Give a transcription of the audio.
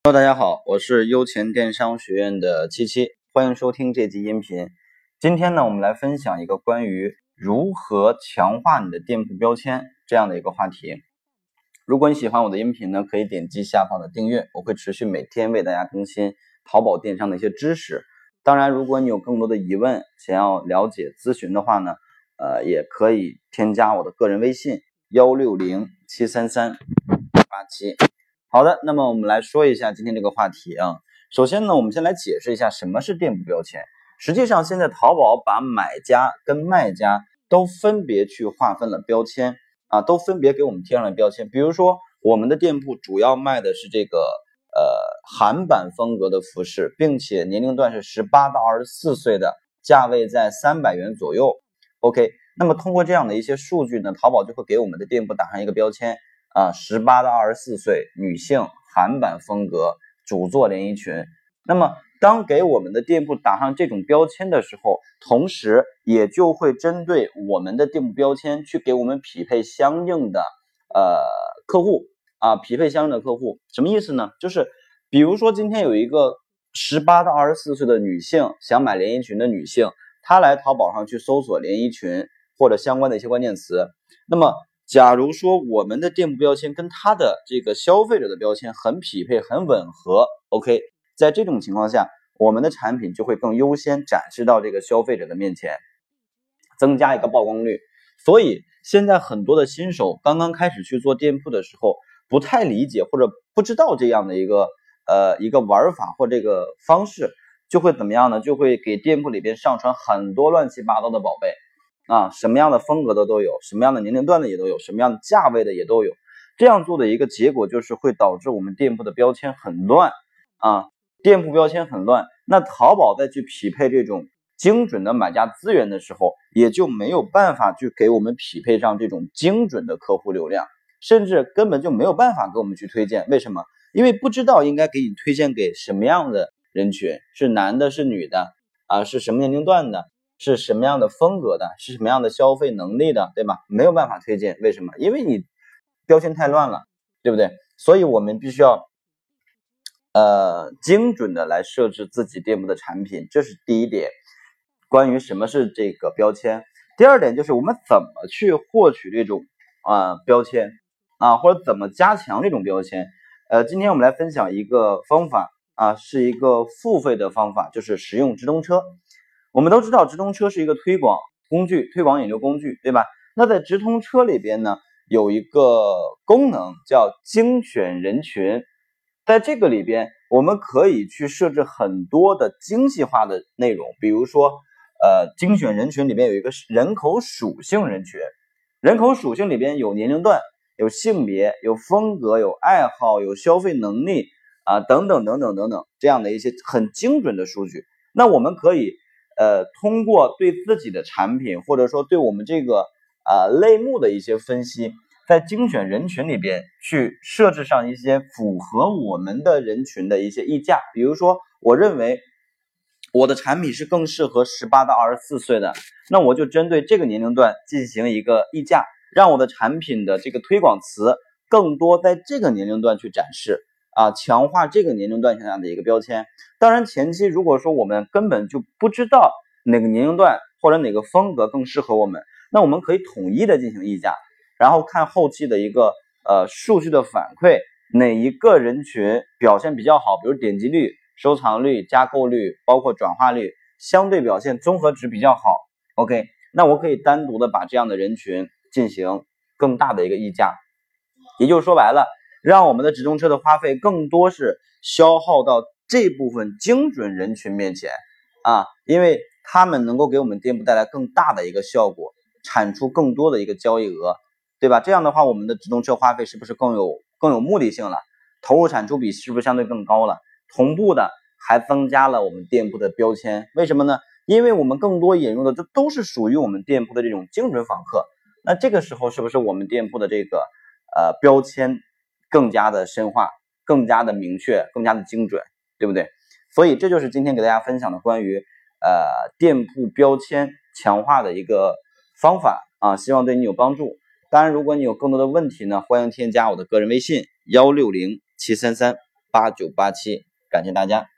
Hello，大家好，我是优钱电商学院的七七，欢迎收听这期音频。今天呢，我们来分享一个关于如何强化你的店铺标签这样的一个话题。如果你喜欢我的音频呢，可以点击下方的订阅，我会持续每天为大家更新淘宝电商的一些知识。当然，如果你有更多的疑问，想要了解咨询的话呢，也可以添加我的个人微信160733887。好的，那么我们来说一下今天这个话题啊。首先呢，我们先来解释一下什么是店铺标签。实际上，现在淘宝把买家跟卖家都分别去划分了标签啊，都分别给我们贴上了标签。比如说，我们的店铺主要卖的是这个韩版风格的服饰，并且年龄段是18到24岁的，价位在300元左右。OK， 那么通过这样的一些数据呢，淘宝就会给我们的店铺打上一个标签。18到24岁女性韩版风格主做连衣裙。那么当给我们的店铺打上这种标签的时候，同时也就会针对我们的店铺标签去给我们匹配相应的客户啊，匹配相应的客户。什么意思呢？就是比如说今天有一个18到24岁的女性想买连衣裙的女性，她来淘宝上去搜索连衣裙或者相关的一些关键词，那么假如说我们的店铺标签跟他的这个消费者的标签很匹配、很吻合 ，OK， 在这种情况下，我们的产品就会更优先展示到这个消费者的面前，增加一个曝光率。所以现在很多的新手刚刚开始去做店铺的时候，不太理解或者不知道这样的一个玩法或这个方式，就会怎么样呢？就会给店铺里边上传很多乱七八糟的宝贝。什么样的风格的都有，什么样的年龄段的也都有，什么样的价位的也都有。这样做的一个结果就是会导致我们店铺的标签很乱店铺标签很乱。那淘宝再去匹配这种精准的买家资源的时候，也就没有办法去给我们匹配上这种精准的客户流量，甚至根本就没有办法给我们去推荐。为什么？因为不知道应该给你推荐给什么样的人群，是男的，是女的是什么年龄段的，是什么样的风格的，是什么样的消费能力的，对吧？没有办法推荐。为什么？因为你标签太乱了，对不对？所以我们必须要精准的来设置自己店铺的产品，这是第一点。关于什么是这个标签。第二点就是我们怎么去获取这种标签或者怎么加强这种标签。今天我们来分享一个方法是一个付费的方法，就是使用直通车。我们都知道直通车是一个推广工具，推广引流工具，对吧？那在直通车里边呢，有一个功能叫精选人群。在这个里边，我们可以去设置很多的精细化的内容，比如说精选人群里边有一个人口属性人群，人口属性里边有年龄段、有性别、有风格、有爱好、有消费能力等等等等等等这样的一些很精准的数据。那我们可以通过对自己的产品或者说对我们这个类目的一些分析，在精选人群里边去设置上一些符合我们的人群的一些溢价。比如说我认为我的产品是更适合18到24岁的，那我就针对这个年龄段进行一个溢价，让我的产品的这个推广词更多在这个年龄段去展示强化这个年龄段下的一个标签。当然前期如果说我们根本就不知道哪个年龄段或者哪个风格更适合我们，那我们可以统一的进行溢价，然后看后期的一个数据的反馈，哪一个人群表现比较好，比如点击率、收藏率、加购率，包括转化率，相对表现综合值比较好 OK， 那我可以单独的把这样的人群进行更大的一个溢价。也就是说白了，让我们的直通车的花费更多是消耗到这部分精准人群面前因为他们能够给我们店铺带来更大的一个效果，产出更多的一个交易额，对吧？这样的话，我们的直通车花费是不是更有目的性了？投入产出比是不是相对更高了？同步的还增加了我们店铺的标签。为什么呢？因为我们更多引入的这都是属于我们店铺的这种精准访客。那这个时候是不是我们店铺的这个标签更加的深化，更加的明确，更加的精准，对不对？所以这就是今天给大家分享的关于店铺标签强化的一个方法希望对你有帮助。当然如果你有更多的问题呢，欢迎添加我的个人微信160733887。 8987，感谢大家。